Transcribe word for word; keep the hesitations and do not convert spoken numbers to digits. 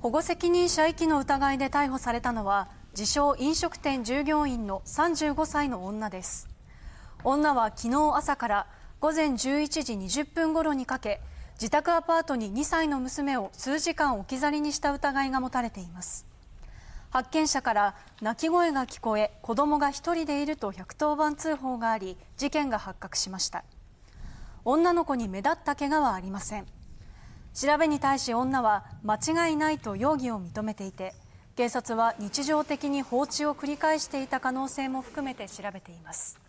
保護責任者遺棄の疑いで逮捕されたのは、自称飲食店従業員のさんじゅうごさいの女です。女は昨日朝から午前じゅういちじにじゅっぷん頃にかけ、自宅アパートににさいの娘を数時間置き去りにした疑いが持たれています。発見者から泣き声が聞こえ、子供が一人でいるとひゃくとおばん通報があり、事件が発覚しました。女の子に目立った怪我はありません。調べに対し女は間違いないと容疑を認めていて、警察は日常的に放置を繰り返していた可能性も含めて調べています。